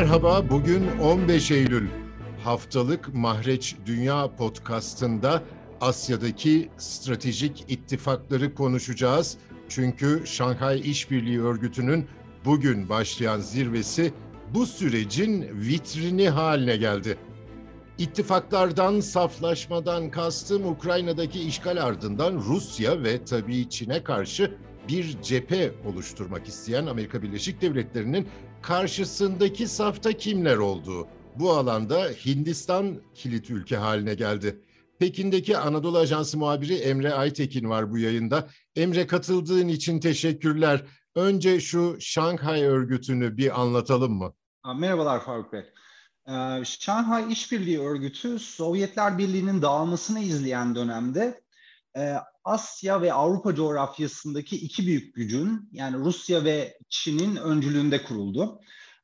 Merhaba, bugün 15 Eylül. Haftalık Mahreç Dünya Podcast'ında Asya'daki stratejik ittifakları konuşacağız. Çünkü Şanghay İşbirliği Örgütü'nün bugün başlayan zirvesi bu sürecin vitrini haline geldi. İttifaklardan, saflaşmadan kastım Ukrayna'daki işgal ardından Rusya ve tabii Çin'e karşı bir cephe oluşturmak isteyen Amerika Birleşik Devletleri'nin karşısındaki safta kimler olduğu. Bu alanda Hindistan kilit ülke haline geldi. Pekin'deki Anadolu Ajansı muhabiri Emre Aytekin var bu yayında. Emre, katıldığın için teşekkürler. Önce şu Şanghay Örgütü'nü bir anlatalım mı? Merhabalar Faruk Bey. Şanghay İşbirliği Örgütü, Sovyetler Birliği'nin dağılmasını izleyen dönemde Asya ve Avrupa coğrafyasındaki iki büyük gücün, yani Rusya ve Çin'in öncülüğünde kuruldu.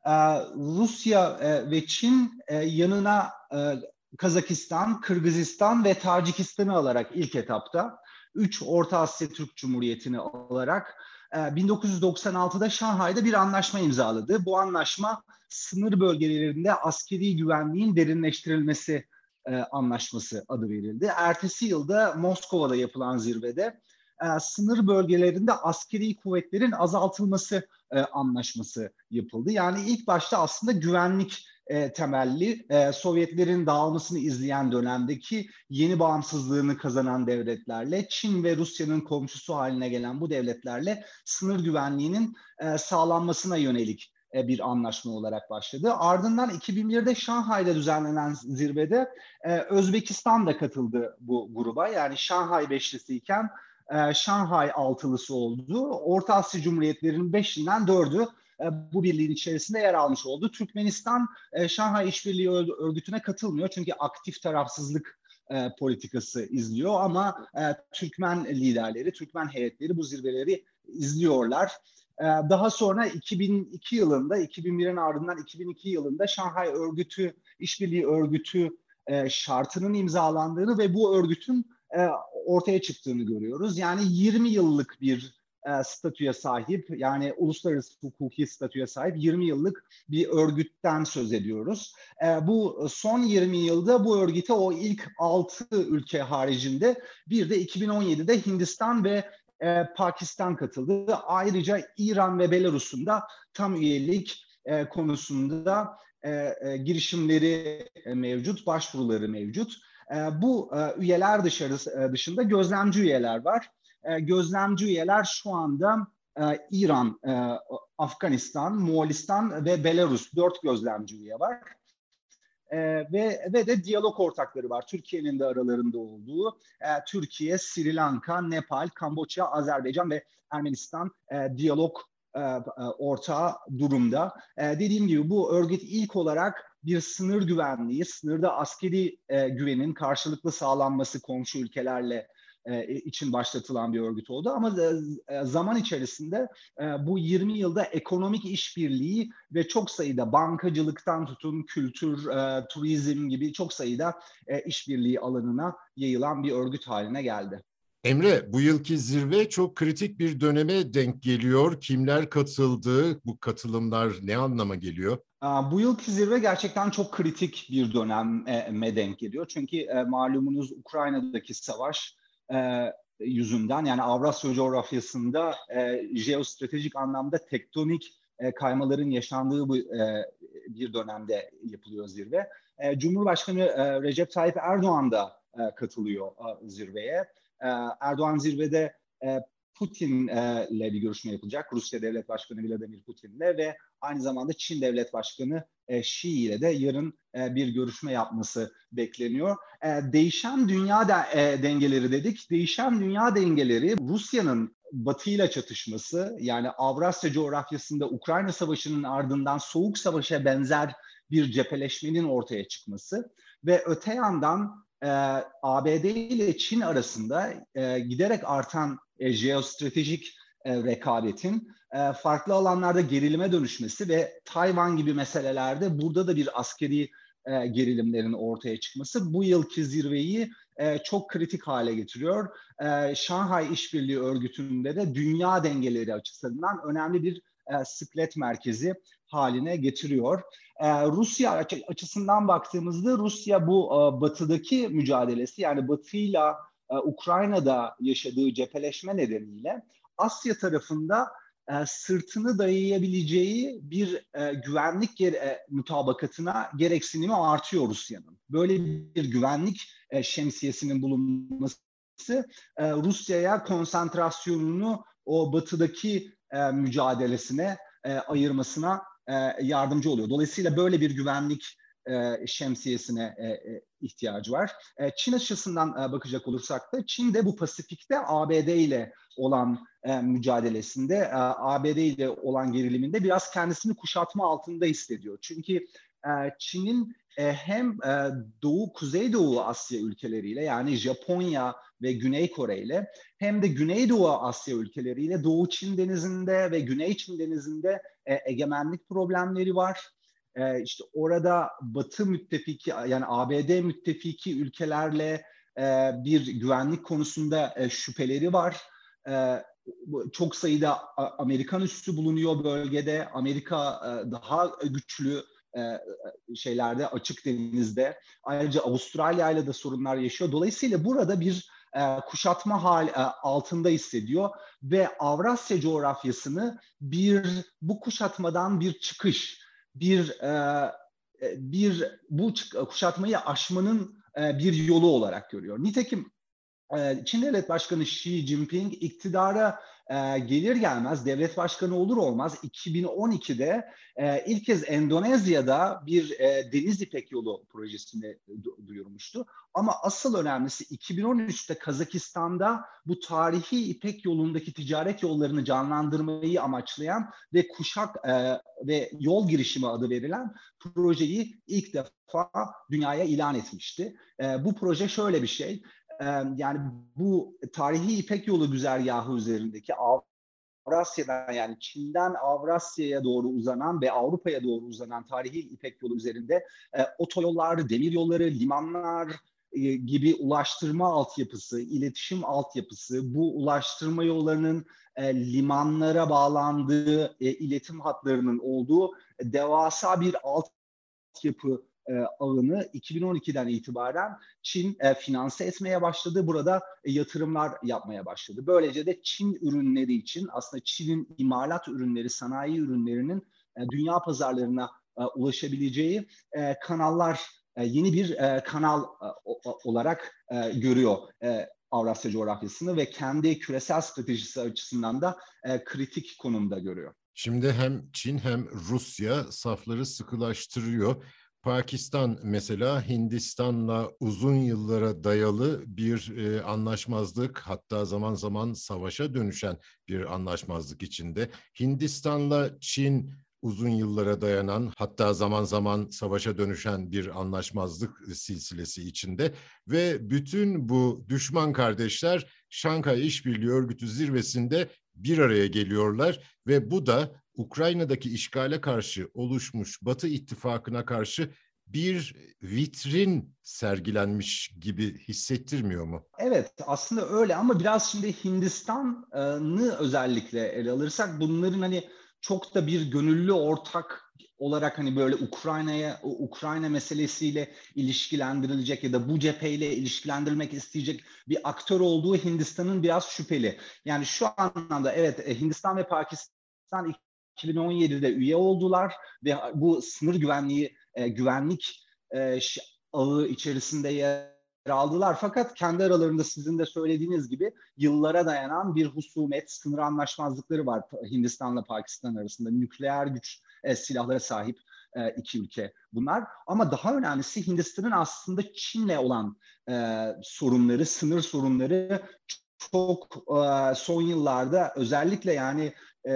Rusya ve Çin yanına Kazakistan, Kırgızistan ve Tacikistan'ı alarak ilk etapta 3 Orta Asya Türk Cumhuriyeti'ni alarak 1996'da Şanghay'da bir anlaşma imzaladı. Bu anlaşma sınır bölgelerinde askeri güvenliğin derinleştirilmesi anlaşması adı verildi. Ertesi yılda Moskova'da yapılan zirvede sınır bölgelerinde askeri kuvvetlerin azaltılması anlaşması yapıldı. Yani ilk başta aslında güvenlik temelli Sovyetlerin dağılmasını izleyen dönemdeki yeni bağımsızlığını kazanan devletlerle, Çin ve Rusya'nın komşusu haline gelen bu devletlerle sınır güvenliğinin sağlanmasına yönelik bir anlaşma olarak başladı. Ardından 2001'de Şanghay'da düzenlenen zirvede Özbekistan da katıldı bu gruba. Yani Şanghay Beşlisi iken Şanghay Altılısı oldu. Orta Asya Cumhuriyetlerinin 5'inden 4'ü bu birliğin içerisinde yer almış oldu. Türkmenistan Şanghay İşbirliği Örgütü'ne katılmıyor çünkü aktif tarafsızlık politikası izliyor ama Türkmen liderleri, Türkmen heyetleri bu zirveleri izliyorlar. Daha sonra 2002 yılında, 2001'in ardından 2002 yılında Şanghay İşbirliği Örgütü şartının imzalandığını ve bu örgütün ortaya çıktığını görüyoruz. Yani 20 yıllık bir statüye sahip, yani uluslararası hukuki statüye sahip 20 yıllık bir örgütten söz ediyoruz. Bu son 20 yılda bu örgüte o ilk 6 ülke haricinde bir de 2017'de Hindistan ve Pakistan katıldı. Ayrıca İran ve Belarus'un da tam üyelik konusunda girişimleri mevcut, başvuruları mevcut. Bu üyeler dışında gözlemci üyeler var. Gözlemci üyeler şu anda İran, Afganistan, Moğolistan ve Belarus 4 gözlemci üye var. Ve de diyalog ortakları var. Türkiye'nin de aralarında olduğu Türkiye, Sri Lanka, Nepal, Kamboçya, Azerbaycan ve Ermenistan diyalog ortağı durumda. Dediğim gibi bu örgüt ilk olarak bir sınır güvenliği, sınırda askeri güvenin karşılıklı sağlanması komşu ülkelerle için başlatılan bir örgüt oldu. Ama zaman içerisinde bu 20 yılda ekonomik işbirliği ve çok sayıda bankacılıktan tutun kültür, turizm gibi çok sayıda işbirliği alanına yayılan bir örgüt haline geldi. Emre, bu yılki zirve çok kritik bir döneme denk geliyor. Kimler katıldı? Bu katılımlar ne anlama geliyor? Bu yılki zirve gerçekten çok kritik bir döneme denk geliyor. Çünkü malumunuz Ukrayna'daki savaş yüzünden, yani Avrasya coğrafyasında jeostratejik anlamda tektonik kaymaların yaşandığı bir dönemde yapılıyor zirve. Cumhurbaşkanı Recep Tayyip Erdoğan da katılıyor zirveye. Erdoğan zirvede Putin'le bir görüşme yapacak. Rusya Devlet Başkanı Vladimir Putin'le ve aynı zamanda Çin Devlet Başkanı Xi ile de yarın bir görüşme yapması bekleniyor. Değişen dünya dengeleri dedik. Değişen dünya dengeleri Rusya'nın Batı ile çatışması, yani Avrasya coğrafyasında Ukrayna Savaşı'nın ardından Soğuk Savaş'a benzer bir cepheleşmenin ortaya çıkması ve öte yandan ABD ile Çin arasında giderek artan jeostratejik rekabetin farklı alanlarda gerilime dönüşmesi ve Tayvan gibi meselelerde burada da bir askeri gerilimlerin ortaya çıkması bu yılki zirveyi çok kritik hale getiriyor. Şanghay İşbirliği Örgütü'nde de dünya dengeleri açısından önemli bir sıklet merkezi haline getiriyor. Rusya açısından baktığımızda Rusya bu batıdaki mücadelesi, yani batıyla Ukrayna'da yaşadığı cepheleşme nedeniyle Asya tarafında sırtını dayayabileceği bir güvenlik mutabakatına gereksinimi artıyor Rusya'nın. Böyle bir güvenlik şemsiyesinin bulunması Rusya'ya konsantrasyonunu o batıdaki mücadelesine ayırmasına yardımcı oluyor. Dolayısıyla böyle bir güvenlik şemsiyesine ihtiyacı var. Çin açısından bakacak olursak da Çin de bu Pasifik'te ABD ile olan mücadelesinde, ABD ile olan geriliminde biraz kendisini kuşatma altında hissediyor. Çünkü Çin'in hem Kuzeydoğu Asya ülkeleriyle, yani Japonya ve Güney Kore ile, hem de Güneydoğu Asya ülkeleriyle Doğu Çin Denizi'nde ve Güney Çin Denizi'nde egemenlik problemleri var. İşte orada Batı müttefiki, yani ABD müttefiki ülkelerle bir güvenlik konusunda şüpheleri var. Çok sayıda Amerikan üssü bulunuyor bölgede. Amerika daha güçlü şeylerde, açık denizde. Ayrıca Avustralya ile de sorunlar yaşıyor. Dolayısıyla burada bir kuşatma altında hissediyor ve Avrasya coğrafyasını bu kuşatmadan bir çıkış, bu kuşatmayı aşmanın bir yolu olarak görüyor. Nitekim Çin Devlet Başkanı Xi Jinping iktidara gelir gelmez, devlet başkanı olur olmaz 2012'de ilk kez Endonezya'da bir Deniz İpek Yolu projesini duyurmuştu. Ama asıl önemlisi 2013'te Kazakistan'da bu tarihi İpek Yolu'ndaki ticaret yollarını canlandırmayı amaçlayan ve ve yol girişimi adı verilen projeyi ilk defa dünyaya ilan etmişti. Bu proje şöyle bir şey. Yani bu tarihi İpek Yolu güzergahı üzerindeki Avrasya'dan, yani Çin'den Avrasya'ya doğru uzanan ve Avrupa'ya doğru uzanan tarihi İpek Yolu üzerinde otoyollar, demiryolları, limanlar gibi ulaştırma altyapısı, iletişim altyapısı, bu ulaştırma yollarının limanlara bağlandığı, iletim hatlarının olduğu devasa bir altyapı ağını 2012'den itibaren Çin finanse etmeye başladı. Burada yatırımlar yapmaya başladı. Böylece de Çin ürünleri için, aslında Çin'in imalat ürünleri, sanayi ürünlerinin dünya pazarlarına ulaşabileceği kanallar, yeni bir kanal olarak görüyor Avrasya coğrafyasını ve kendi küresel stratejisi açısından da kritik konumda görüyor. Şimdi hem Çin hem Rusya safları sıkılaştırıyor. Pakistan mesela Hindistan'la uzun yıllara dayalı bir anlaşmazlık, hatta zaman zaman savaşa dönüşen bir anlaşmazlık içinde. Hindistan'la Çin uzun yıllara dayanan, hatta zaman zaman savaşa dönüşen bir anlaşmazlık silsilesi içinde ve bütün bu düşman kardeşler Şanghay İşbirliği Örgütü zirvesinde bir araya geliyorlar ve bu da Ukrayna'daki işgale karşı oluşmuş Batı ittifakına karşı bir vitrin sergilenmiş gibi hissettirmiyor mu? Evet, aslında öyle ama biraz şimdi Hindistan'ı özellikle ele alırsak, bunların hani çok da bir gönüllü ortak olarak hani böyle Ukrayna meselesiyle ilişkilendirilecek ya da bu cepheyle ilişkilendirilmek isteyecek bir aktör olduğu Hindistan'ın biraz şüpheli. Yani şu anlamda evet, Hindistan ve Pakistan 2017'de üye oldular ve bu sınır güvenlik ağı içerisinde yer aldılar. Fakat kendi aralarında sizin de söylediğiniz gibi yıllara dayanan bir husumet, sınır anlaşmazlıkları var Hindistan'la Pakistan arasında. Nükleer güç silahlara sahip iki ülke bunlar. Ama daha önemlisi Hindistan'ın aslında Çin'le olan sorunları, sınır sorunları çok son yıllarda özellikle, yani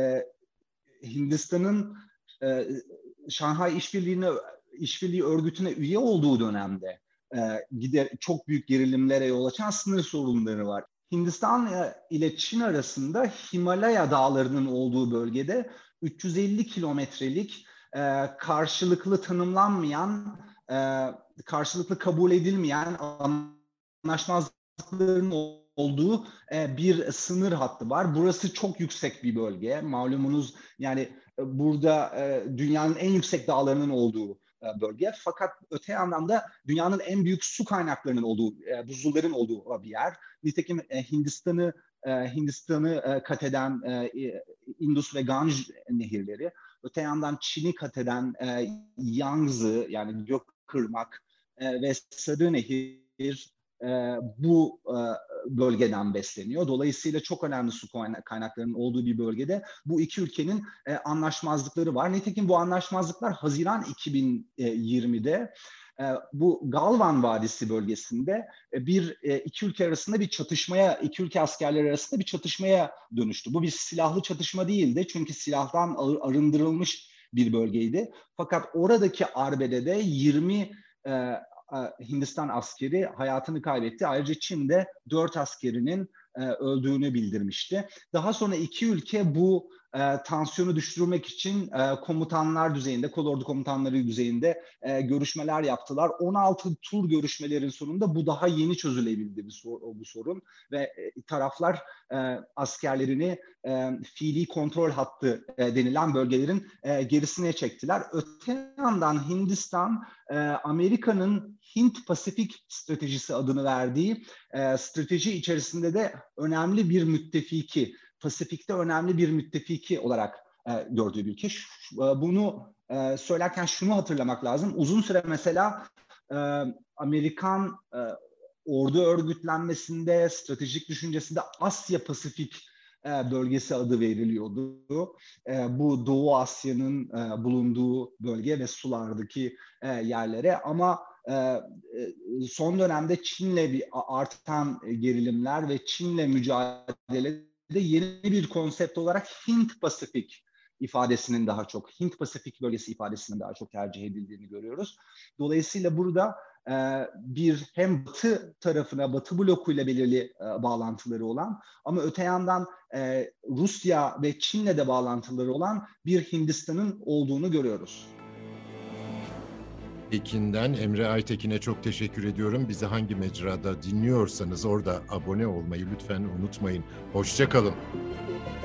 Hindistan'ın Şanghay İşbirliği Örgütü'ne üye olduğu dönemde çok büyük gerilimlere yol açan sınır sorunları var. Hindistan ile Çin arasında Himalaya dağlarının olduğu bölgede 350 kilometrelik karşılıklı tanımlanmayan, karşılıklı kabul edilmeyen anlaşmazlıkların olduğu bir sınır hattı var. Burası çok yüksek bir bölge. Malumunuz yani burada dünyanın en yüksek dağlarının olduğu bölge. Fakat öte yandan da dünyanın en büyük su kaynaklarının olduğu, buzulların olduğu bir yer. Nitekim Hindistan'ı kat eden Indus ve Ganj nehirleri, öte yandan Çin'i kat eden Yangtze yani Gökırmak ve Sarı Nehir bu bölgeden besleniyor. Dolayısıyla çok önemli su kaynaklarının olduğu bir bölgede bu iki ülkenin anlaşmazlıkları var. Nitekim bu anlaşmazlıklar Haziran 2020'de bu Galvan Vadisi bölgesinde iki ülke arasında bir çatışmaya, iki ülke askerleri arasında bir çatışmaya dönüştü. Bu bir silahlı çatışma değildi çünkü silahtan arındırılmış bir bölgeydi. Fakat oradaki arbedede 20 Hindistan askeri hayatını kaybetti. Ayrıca Çin'de 4 askerinin öldüğünü bildirmişti. Daha sonra iki ülke bu tansiyonu düşürmek için komutanlar düzeyinde, kolordu komutanları düzeyinde görüşmeler yaptılar. 16 tur görüşmelerin sonunda bu daha yeni çözülebildi bu sorun ve taraflar askerlerini fiili kontrol hattı denilen bölgelerin gerisine çektiler. Öte yandan Hindistan, Amerika'nın Hint-Pasifik stratejisi adını verdiği strateji içerisinde de önemli bir müttefiki, Pasifik'te önemli bir müttefiki olarak gördüğü bir ülke. Bunu söylerken şunu hatırlamak lazım. Uzun süre mesela Amerikan ordu örgütlenmesinde, stratejik düşüncesinde Asya-Pasifik bölgesi adı veriliyordu. Bu Doğu Asya'nın bulunduğu bölge ve sulardaki yerlere ama son dönemde Çin'le bir artan gerilimler ve Çin'le mücadelede yeni bir konsept olarak Hint-Pasifik ifadesinin daha çok, Hint-Pasifik bölgesi ifadesinin daha çok tercih edildiğini görüyoruz. Dolayısıyla burada bir hem Batı tarafına, Batı blokuyla belirli bağlantıları olan ama öte yandan Rusya ve Çin'le de bağlantıları olan bir Hindistan'ın olduğunu görüyoruz. Pekin'den Emre Aytekin'e çok teşekkür ediyorum. Bizi hangi mecrada dinliyorsanız orada abone olmayı lütfen unutmayın. Hoşça kalın.